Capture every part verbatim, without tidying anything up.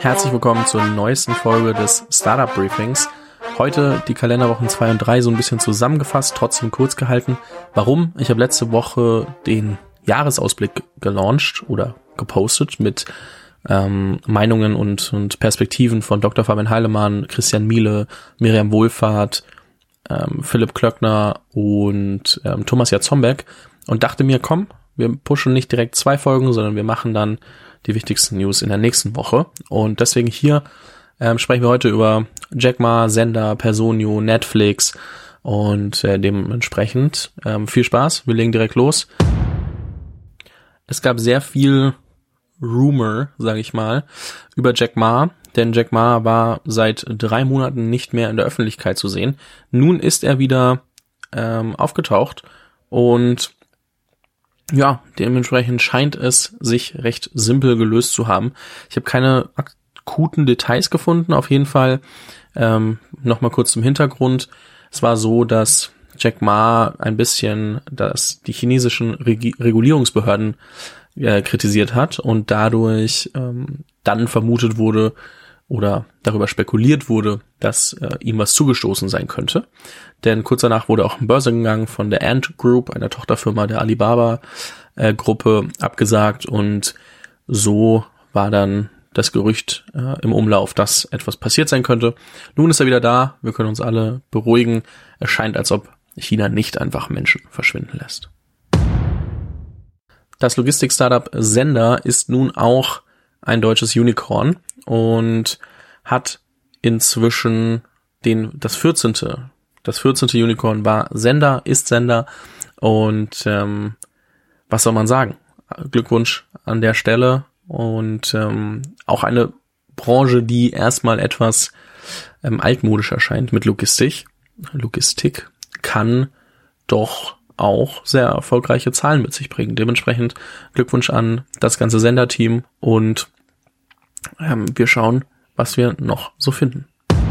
Herzlich willkommen zur neuesten Folge des Startup Briefings. Heute die Kalenderwochen zwei und drei so ein bisschen zusammengefasst, trotzdem kurz gehalten. Warum? Ich habe letzte Woche den Jahresausblick gelauncht oder gepostet mit ähm, Meinungen und, und Perspektiven von Doktor Fabian Heilemann, Christian Miele, Miriam Wohlfahrt, ähm, Philipp Klöckner und ähm, Thomas Jatzombeck und dachte mir, komm, wir pushen nicht direkt zwei Folgen, sondern wir machen dann die wichtigsten News in der nächsten Woche. Und deswegen hier ähm, sprechen wir heute über Jack Ma, Sennder, Personio, Netflix und äh, dementsprechend ähm, viel Spaß. Wir legen direkt los. Es gab sehr viel Rumor, sage ich mal, über Jack Ma, denn Jack Ma war seit drei Monaten nicht mehr in der Öffentlichkeit zu sehen. Nun ist er wieder ähm, aufgetaucht und ja, dementsprechend scheint es sich recht simpel gelöst zu haben. Ich habe keine akuten Details gefunden. Auf jeden Fall ähm, nochmal kurz zum Hintergrund. Es war so, dass Jack Ma ein bisschen dass die chinesischen Reg- Regulierungsbehörden äh, kritisiert hat und dadurch ähm, dann vermutet wurde oder darüber spekuliert wurde, dass äh, ihm was zugestoßen sein könnte. Denn kurz danach wurde auch ein Börsengang von der Ant Group, einer Tochterfirma der Alibaba-Gruppe, äh, abgesagt. Und so war dann das Gerücht äh, im Umlauf, dass etwas passiert sein könnte. Nun ist er wieder da. Wir können uns alle beruhigen. Es scheint, als ob China nicht einfach Menschen verschwinden lässt. Das Logistik-Startup Sennder ist nun auch ein deutsches Unicorn und hat inzwischen den das vierzehnte Das vierzehnte Unicorn war Sennder, ist Sennder und ähm, was soll man sagen? Glückwunsch an der Stelle und ähm, auch eine Branche, die erstmal etwas ähm, altmodisch erscheint mit Logistik. Logistik kann doch auch sehr erfolgreiche Zahlen mit sich bringen. Dementsprechend Glückwunsch an das ganze Senderteam und ähm, wir schauen, was wir noch so finden.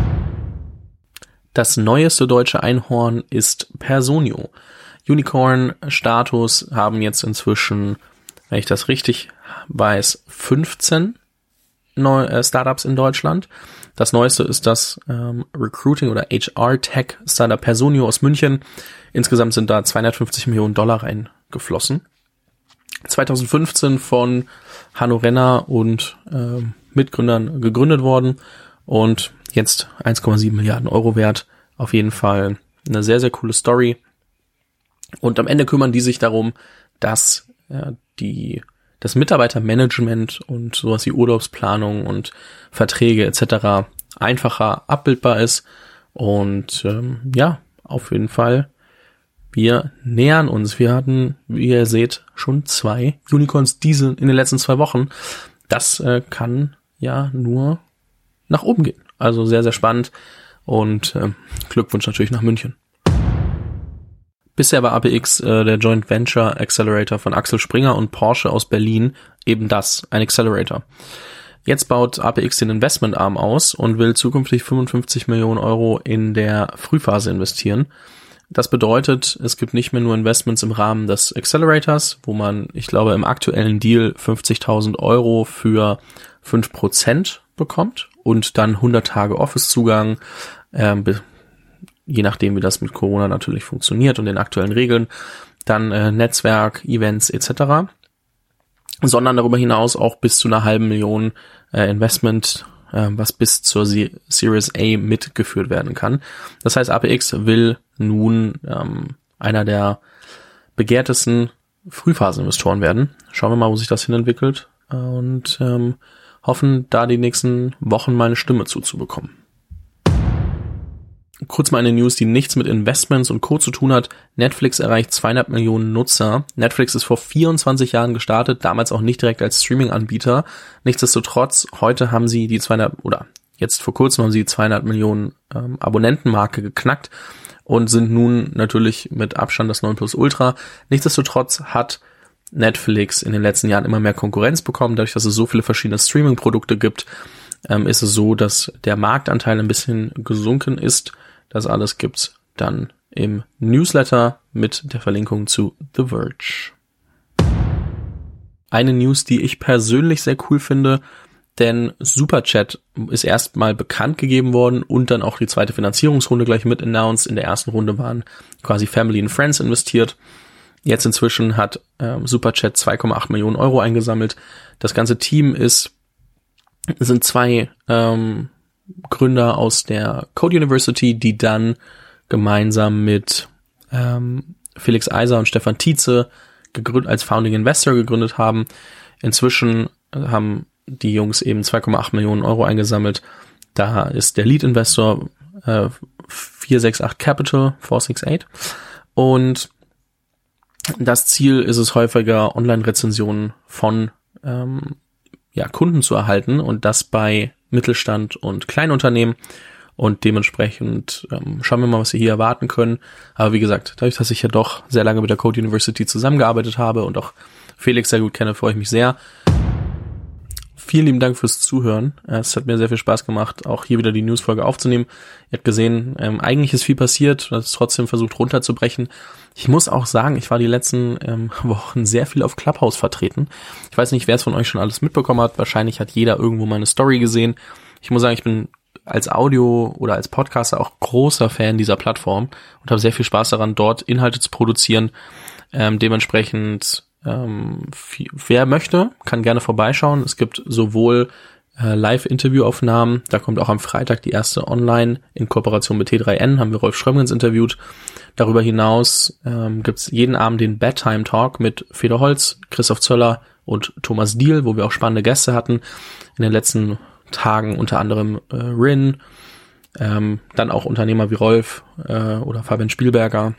Das neueste deutsche Einhorn ist Personio. Unicorn-Status haben jetzt inzwischen, wenn ich das richtig weiß, fünfzehn Neu- äh, Startups in Deutschland. Das neueste ist das ähm, Recruiting- oder H R-Tech-Startup Personio aus München. Insgesamt sind da zweihundertfünfzig Millionen Dollar reingeflossen. zwanzig fünfzehn von Hanno Renner und äh, Mitgründern gegründet worden und jetzt eins Komma sieben Milliarden Euro wert. Auf jeden Fall eine sehr, sehr coole Story. Und am Ende kümmern die sich darum, dass ja, die das Mitarbeitermanagement und sowas wie Urlaubsplanung und Verträge et cetera einfacher abbildbar ist. Und ähm, ja, auf jeden Fall, wir nähern uns. Wir hatten, wie ihr seht, schon zwei Unicorns diese in den letzten zwei Wochen. Das äh, kann ja nur nach oben gehen. Also sehr, sehr spannend und äh, Glückwunsch natürlich nach München. Bisher war A P X äh, der Joint Venture Accelerator von Axel Springer und Porsche aus Berlin eben das, ein Accelerator. Jetzt baut A P X den Investmentarm aus und will zukünftig fünfundfünfzig Millionen Euro in der Frühphase investieren. Das bedeutet, es gibt nicht mehr nur Investments im Rahmen des Accelerators, wo man, ich glaube, im aktuellen Deal fünfzigtausend Euro für fünf Prozent bekommt und dann hundert Tage Office-Zugang, äh, be- je nachdem, wie das mit Corona natürlich funktioniert und den aktuellen Regeln, dann äh, Netzwerk, Events et cetera, sondern darüber hinaus auch bis zu einer halben Million äh, Investment, äh, was bis zur Se- Series A mitgeführt werden kann. Das heißt, A P X will nun ähm, einer der begehrtesten Frühphaseninvestoren werden. Schauen wir mal, wo sich das hin entwickelt und ähm, hoffen, da die nächsten Wochen mal eine Stimme zuzubekommen. Kurz mal eine News, die nichts mit Investments und Co. zu tun hat. Netflix erreicht zweihundert Millionen Nutzer. Netflix ist vor vierundzwanzig Jahren gestartet, damals auch nicht direkt als Streaming-Anbieter. Nichtsdestotrotz, heute haben sie die zweihundert, oder jetzt vor kurzem haben sie die zweihundert Millionen ähm, Abonnentenmarke geknackt und sind nun natürlich mit Abstand das neun Plus Ultra. Nichtsdestotrotz hat Netflix in den letzten Jahren immer mehr Konkurrenz bekommen. Dadurch, dass es so viele verschiedene Streaming-Produkte gibt, ähm, ist es so, dass der Marktanteil ein bisschen gesunken ist. Das alles gibt's dann im Newsletter mit der Verlinkung zu The Verge. Eine News, die ich persönlich sehr cool finde, denn Superchat ist erstmal bekannt gegeben worden und dann auch die zweite Finanzierungsrunde gleich mit announced. In der ersten Runde waren quasi Family and Friends investiert. Jetzt inzwischen hat ähm, Superchat zwei Komma acht Millionen Euro eingesammelt. Das ganze Team ist sind zwei ähm, Gründer aus der Code University, die dann gemeinsam mit ähm, Felix Eiser und Stefan Tietze gegründet, als Founding Investor gegründet haben. Inzwischen haben die Jungs eben zwei Komma acht Millionen Euro eingesammelt. Da ist der Lead Investor äh, vier sechs acht Capital, vier sechs acht. Und das Ziel ist es häufiger, Online-Rezensionen von ähm, ja, Kunden zu erhalten und das bei Mittelstand und Kleinunternehmen. Und dementsprechend ähm, schauen wir mal, was wir hier erwarten können. Aber wie gesagt, dadurch, dass ich ja doch sehr lange mit der Code University zusammengearbeitet habe und auch Felix sehr gut kenne, freue ich mich sehr. Vielen lieben Dank fürs Zuhören. Es hat mir sehr viel Spaß gemacht, auch hier wieder die Newsfolge aufzunehmen. Ihr habt gesehen, ähm, eigentlich ist viel passiert, das ist trotzdem versucht runterzubrechen. Ich muss auch sagen, ich war die letzten ähm, Wochen sehr viel auf Clubhouse vertreten. Ich weiß nicht, wer es von euch schon alles mitbekommen hat. Wahrscheinlich hat jeder irgendwo meine Story gesehen. Ich muss sagen, ich bin als Audio- oder als Podcaster auch großer Fan dieser Plattform und habe sehr viel Spaß daran, dort Inhalte zu produzieren. Ähm, dementsprechend Ähm, wer möchte, kann gerne vorbeischauen. Es gibt sowohl äh, Live-Interviewaufnahmen, da kommt auch am Freitag die erste online in Kooperation mit T drei N, haben wir Rolf Schrömgens interviewt. Darüber hinaus ähm, gibt's jeden Abend den Bedtime Talk mit Feder Holz, Christoph Zöller und Thomas Diehl, wo wir auch spannende Gäste hatten. In den letzten Tagen unter anderem äh, Rin, ähm, dann auch Unternehmer wie Rolf äh, oder Fabian Spielberger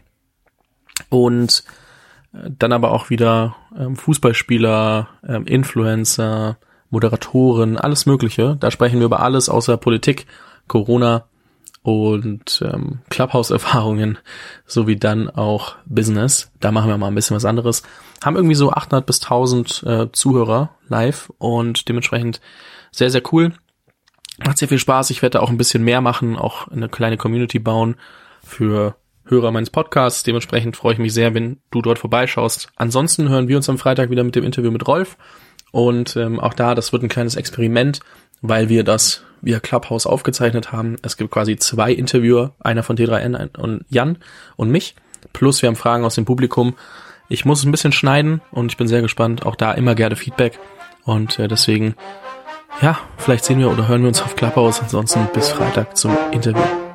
und dann aber auch wieder ähm, Fußballspieler, ähm, Influencer, Moderatoren, alles Mögliche. Da sprechen wir über alles außer Politik, Corona und ähm, Clubhouse-Erfahrungen, sowie dann auch Business. Da machen wir mal ein bisschen was anderes. Haben irgendwie so achthundert bis tausend äh, Zuhörer live und dementsprechend sehr, sehr cool. Macht sehr viel Spaß. Ich werde da auch ein bisschen mehr machen, auch eine kleine Community bauen für Hörer meines Podcasts. Dementsprechend freue ich mich sehr, wenn du dort vorbeischaust. Ansonsten hören wir uns am Freitag wieder mit dem Interview mit Rolf. Und ähm, auch da, das wird ein kleines Experiment, weil wir das via Clubhouse aufgezeichnet haben. Es gibt quasi zwei Interviewer, einer von T drei N und Jan und mich. Plus wir haben Fragen aus dem Publikum. Ich muss es ein bisschen schneiden und ich bin sehr gespannt. Auch da immer gerne Feedback. Und äh, deswegen, ja, vielleicht sehen wir oder hören wir uns auf Clubhouse. Ansonsten bis Freitag zum Interview.